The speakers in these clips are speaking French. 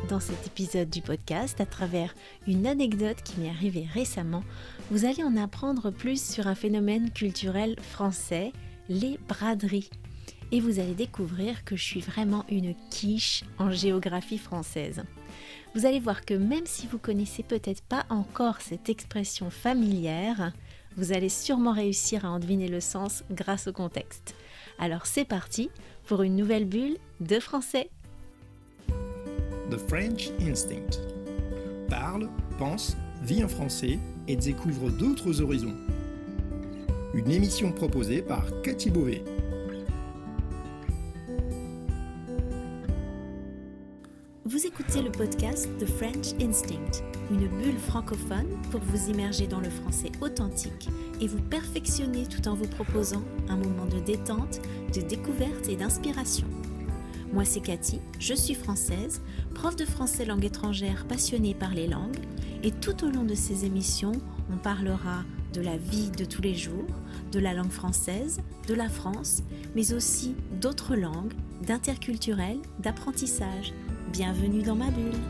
Dans cet épisode du podcast, à travers une anecdote qui m'est arrivée récemment, vous allez en apprendre plus sur un phénomène culturel français, les braderies. Et vous allez découvrir que je suis vraiment une quiche en géographie française. Vous allez voir que même si vous connaissez peut-être pas encore cette expression familière, vous allez sûrement réussir à en deviner le sens grâce au contexte. Alors c'est parti pour une nouvelle bulle de français. The French Instinct. Parle, pense, vit en français et découvre d'autres horizons. Une émission proposée par Cathy Beauvais. Vous écoutez le podcast The French Instinct, une bulle francophone pour vous immerger dans le français authentique et vous perfectionner tout en vous proposant un moment de détente, de découverte et d'inspiration. Moi c'est Cathy, je suis française, prof de français langue étrangère passionnée par les langues et tout au long de ces émissions, on parlera de la vie de tous les jours, de la langue française, de la France, mais aussi d'autres langues, d'interculturel, d'apprentissage. Bienvenue dans ma bulle.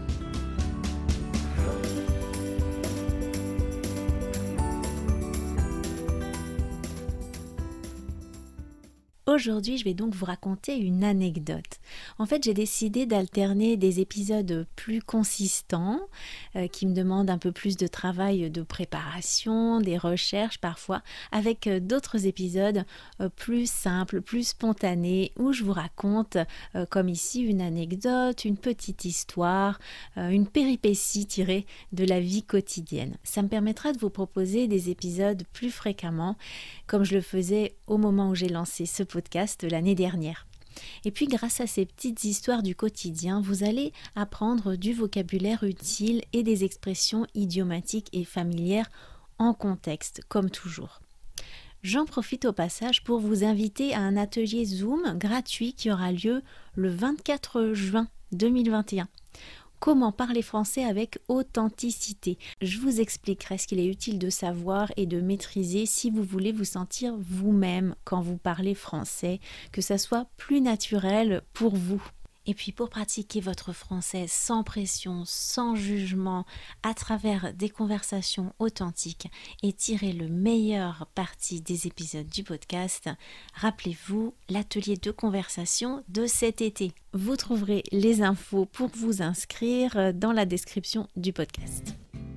Aujourd'hui, je vais donc vous raconter une anecdote. En fait, j'ai décidé d'alterner des épisodes plus consistants, qui me demandent un peu plus de travail de préparation, des recherches parfois, avec d'autres épisodes plus simples, plus spontanés, où je vous raconte, comme ici, une anecdote, une petite histoire, une péripétie tirée de la vie quotidienne. Ça me permettra de vous proposer des épisodes plus fréquemment, comme je le faisais au moment où j'ai lancé ce podcast l'année dernière. Et puis grâce à ces petites histoires du quotidien, vous allez apprendre du vocabulaire utile et des expressions idiomatiques et familières en contexte, comme toujours. J'en profite au passage pour vous inviter à un atelier Zoom gratuit qui aura lieu le 24 juin 2021. Comment parler français avec authenticité? Je vous expliquerai ce qu'il est utile de savoir et de maîtriser si vous voulez vous sentir vous-même quand vous parlez français, que ça soit plus naturel pour vous. Et puis pour pratiquer votre français sans pression, sans jugement, à travers des conversations authentiques et tirer le meilleur parti des épisodes du podcast, rappelez-vous l'atelier de conversation de cet été. Vous trouverez les infos pour vous inscrire dans la description du podcast.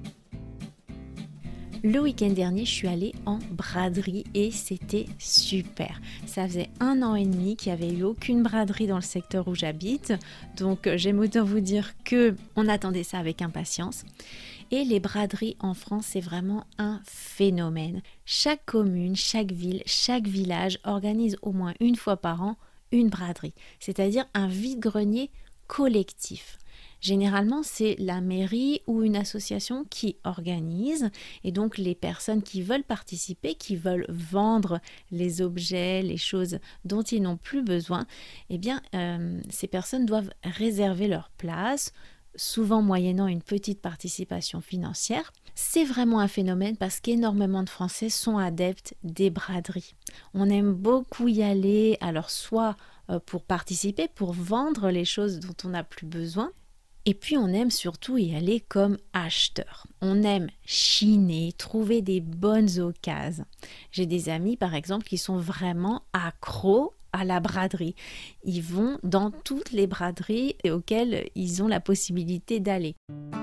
Le week-end dernier, je suis allée en braderie et c'était super. Ça faisait 1 an et demi qu'il n'y avait eu aucune braderie dans le secteur où j'habite. Donc j'aime autant vous dire qu'on attendait ça avec impatience. Et les braderies en France, c'est vraiment un phénomène. Chaque commune, chaque ville, chaque village organise au moins une fois par an une braderie. C'est-à-dire un vide-grenier collectif. Généralement, c'est la mairie ou une association qui organise et donc les personnes qui veulent participer, qui veulent vendre les objets, les choses dont ils n'ont plus besoin, ces personnes doivent réserver leur place, souvent moyennant une petite participation financière. C'est vraiment un phénomène parce qu'énormément de Français sont adeptes des braderies. On aime beaucoup y aller, alors soit pour participer, pour vendre les choses dont on n'a plus besoin, et puis on aime surtout y aller comme acheteur. On aime chiner, trouver des bonnes occasions. J'ai des amis par exemple qui sont vraiment accros à la braderie. Ils vont dans toutes les braderies auxquelles ils ont la possibilité d'aller.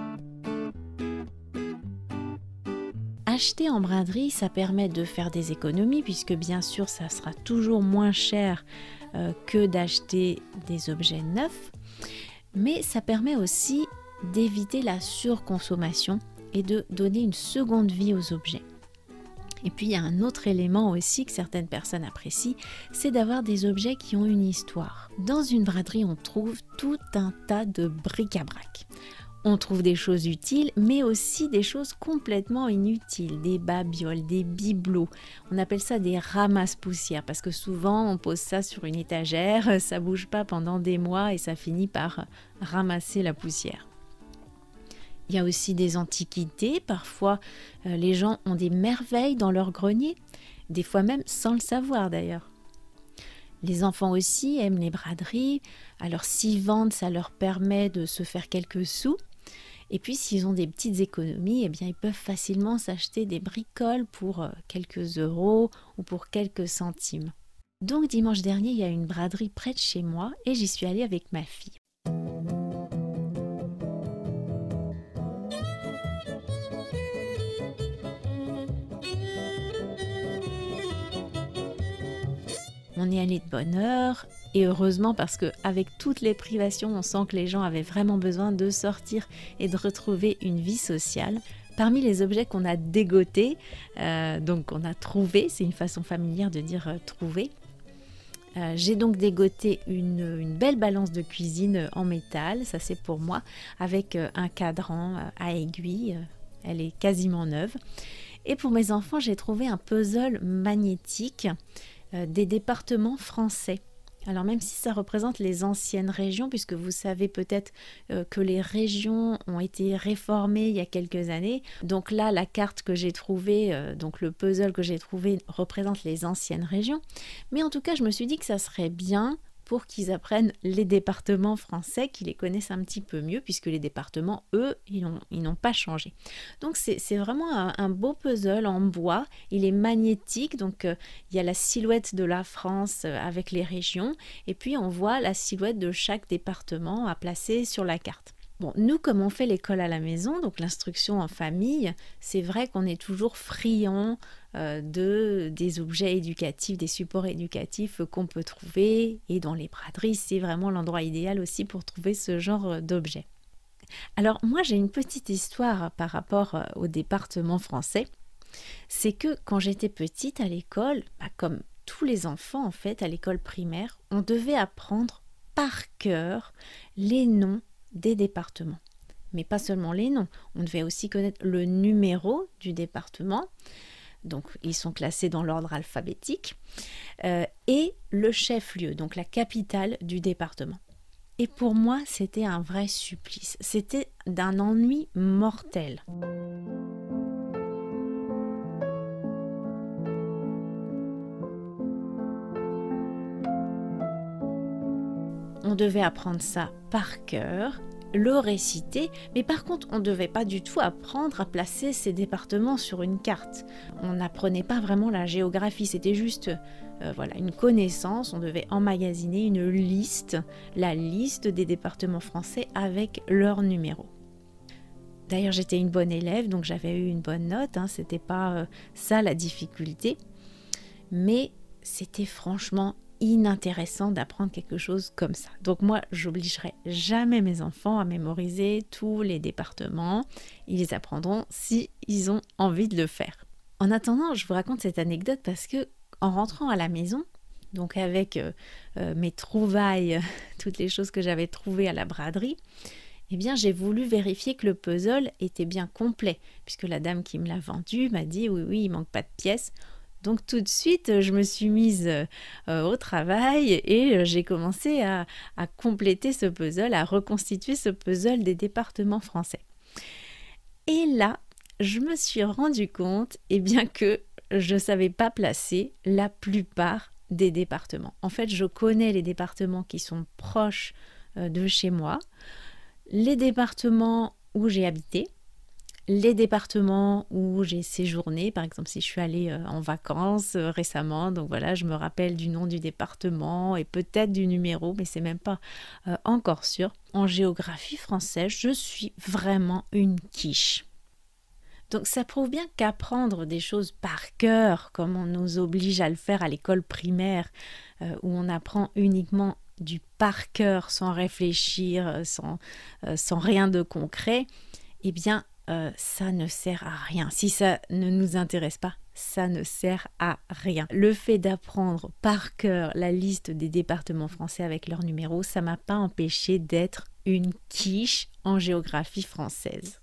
Acheter en braderie, ça permet de faire des économies puisque bien sûr ça sera toujours moins cher que d'acheter des objets neufs. Mais ça permet aussi d'éviter la surconsommation et de donner une seconde vie aux objets. Et puis il y a un autre élément aussi que certaines personnes apprécient, c'est d'avoir des objets qui ont une histoire. Dans une braderie, on trouve tout un tas de bric-à-brac. On trouve des choses utiles, mais aussi des choses complètement inutiles, des babioles, des bibelots. On appelle ça des ramasse-poussières parce que souvent on pose ça sur une étagère, ça bouge pas pendant des mois et ça finit par ramasser la poussière. Il y a aussi des antiquités, parfois les gens ont des merveilles dans leur grenier, des fois même sans le savoir d'ailleurs. Les enfants aussi aiment les braderies, alors s'ils vendent, ça leur permet de se faire quelques sous. Et puis s'ils ont des petites économies, eh bien, ils peuvent facilement s'acheter des bricoles pour quelques euros ou pour quelques centimes. Donc dimanche dernier, il y a une braderie près de chez moi et j'y suis allée avec ma fille. On est allé de bonne heure et heureusement parce qu'avec toutes les privations, on sent que les gens avaient vraiment besoin de sortir et de retrouver une vie sociale. Parmi les objets qu'on a dégotés, donc qu'on a trouvés, c'est une façon familière de dire trouver, j'ai donc dégoté une belle balance de cuisine en métal, ça c'est pour moi, avec un cadran à aiguille, elle est quasiment neuve. Et pour mes enfants, j'ai trouvé un puzzle magnétique des départements français. Alors même si ça représente les anciennes régions, puisque vous savez peut-être que les régions ont été réformées il y a quelques années. Donc là, la carte que j'ai trouvée, donc le puzzle que j'ai trouvé représente les anciennes régions. Mais en tout cas, je me suis dit que ça serait bien pour qu'ils apprennent les départements français, qu'ils les connaissent un petit peu mieux, puisque les départements, eux, ils n'ont pas changé. Donc c'est vraiment un beau puzzle en bois, il est magnétique, donc il y a la silhouette de la France avec les régions, et puis on voit la silhouette de chaque département à placer sur la carte. Bon, nous, comme on fait l'école à la maison, donc l'instruction en famille, c'est vrai qu'on est toujours friand des objets éducatifs, des supports éducatifs qu'on peut trouver. Et dans les braderies, c'est vraiment l'endroit idéal aussi pour trouver ce genre d'objets. Alors moi, j'ai une petite histoire par rapport au département français. C'est que quand j'étais petite à l'école, comme tous les enfants en fait, à l'école primaire, on devait apprendre par cœur les noms des départements. Mais pas seulement les noms, on devait aussi connaître le numéro du département, donc ils sont classés dans l'ordre alphabétique, et le chef-lieu, donc la capitale du département. Et pour moi, c'était un vrai supplice, c'était d'un ennui mortel. On devait apprendre ça par cœur, le réciter, mais par contre, on ne devait pas du tout apprendre à placer ces départements sur une carte. On n'apprenait pas vraiment la géographie, c'était juste une connaissance. On devait emmagasiner une liste, la liste des départements français avec leur numéro. D'ailleurs, j'étais une bonne élève, donc j'avais eu une bonne note, c'était pas ça la difficulté, mais c'était franchement inintéressant d'apprendre quelque chose comme ça. Donc moi, j'obligerai jamais mes enfants à mémoriser tous les départements. Ils les apprendront si ils ont envie de le faire. En attendant, je vous raconte cette anecdote parce que en rentrant à la maison, donc avec mes trouvailles, toutes les choses que j'avais trouvées à la braderie, eh bien, j'ai voulu vérifier que le puzzle était bien complet, puisque la dame qui me l'a vendu m'a dit oui, il manque pas de pièces. Donc tout de suite, je me suis mise au travail et j'ai commencé à compléter ce puzzle, à reconstituer ce puzzle des départements français. Et là, je me suis rendu compte que je ne savais pas placer la plupart des départements. En fait, je connais les départements qui sont proches de chez moi, les départements où j'ai habité, les départements où j'ai séjourné, par exemple si je suis allée en vacances récemment, donc voilà, je me rappelle du nom du département et peut-être du numéro, mais c'est même pas encore sûr. En géographie française, je suis vraiment une quiche. Donc ça prouve bien qu'apprendre des choses par cœur, comme on nous oblige à le faire à l'école primaire, où on apprend uniquement du par cœur sans réfléchir, sans rien de concret, eh bien ça ne sert à rien. Si ça ne nous intéresse pas, ça ne sert à rien. Le fait d'apprendre par cœur la liste des départements français avec leurs numéros, ça ne m'a pas empêché d'être une quiche en géographie française.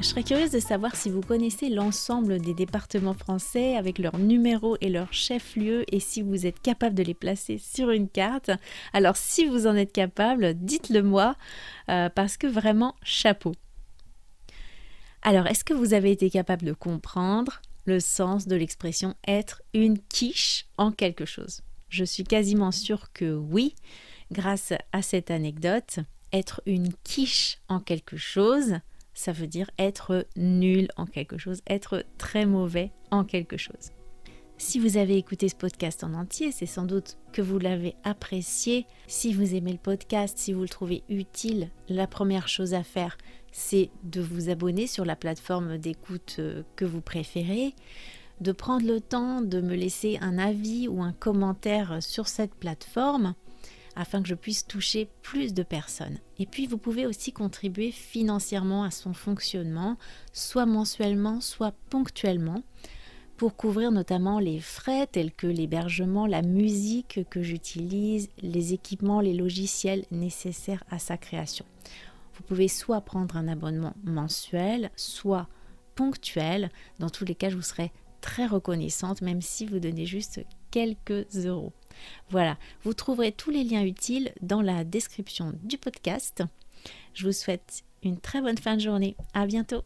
serais curieuse de savoir si vous connaissez l'ensemble des départements français avec leurs numéros et leurs chefs-lieux et si vous êtes capable de les placer sur une carte. Alors si vous en êtes capable, dites-le moi parce que vraiment chapeau. Alors est-ce que vous avez été capable de comprendre le sens de l'expression être une quiche en quelque chose? Je suis quasiment sûre que oui, grâce à cette anecdote. Être une quiche en quelque chose, ça veut dire être nul en quelque chose, être très mauvais en quelque chose. Si vous avez écouté ce podcast en entier, c'est sans doute que vous l'avez apprécié. Si vous aimez le podcast, si vous le trouvez utile, la première chose à faire, c'est de vous abonner sur la plateforme d'écoute que vous préférez, de prendre le temps de me laisser un avis ou un commentaire sur cette plateforme, afin que je puisse toucher plus de personnes. Et puis vous pouvez aussi contribuer financièrement à son fonctionnement, soit mensuellement, soit ponctuellement, pour couvrir notamment les frais tels que l'hébergement, la musique que j'utilise, les équipements, les logiciels nécessaires à sa création. Vous pouvez soit prendre un abonnement mensuel, soit ponctuel. Dans tous les cas, je vous serai très reconnaissante, même si vous donnez juste quelques euros. Voilà, vous trouverez tous les liens utiles dans la description du podcast. Je vous souhaite une très bonne fin de journée. À bientôt.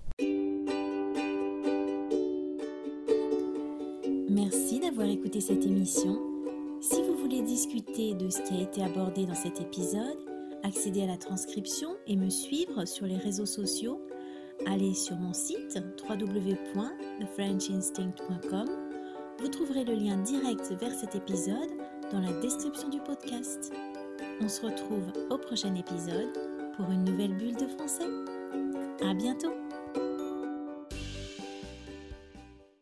Merci d'avoir écouté cette émission. Si vous voulez discuter de ce qui a été abordé dans cet épisode, accéder à la transcription et me suivre sur les réseaux sociaux, allez sur mon site www.thefrenchinstinct.com. Vous trouverez le lien direct vers cet épisode dans la description du podcast. On se retrouve au prochain épisode pour une nouvelle bulle de français. À bientôt!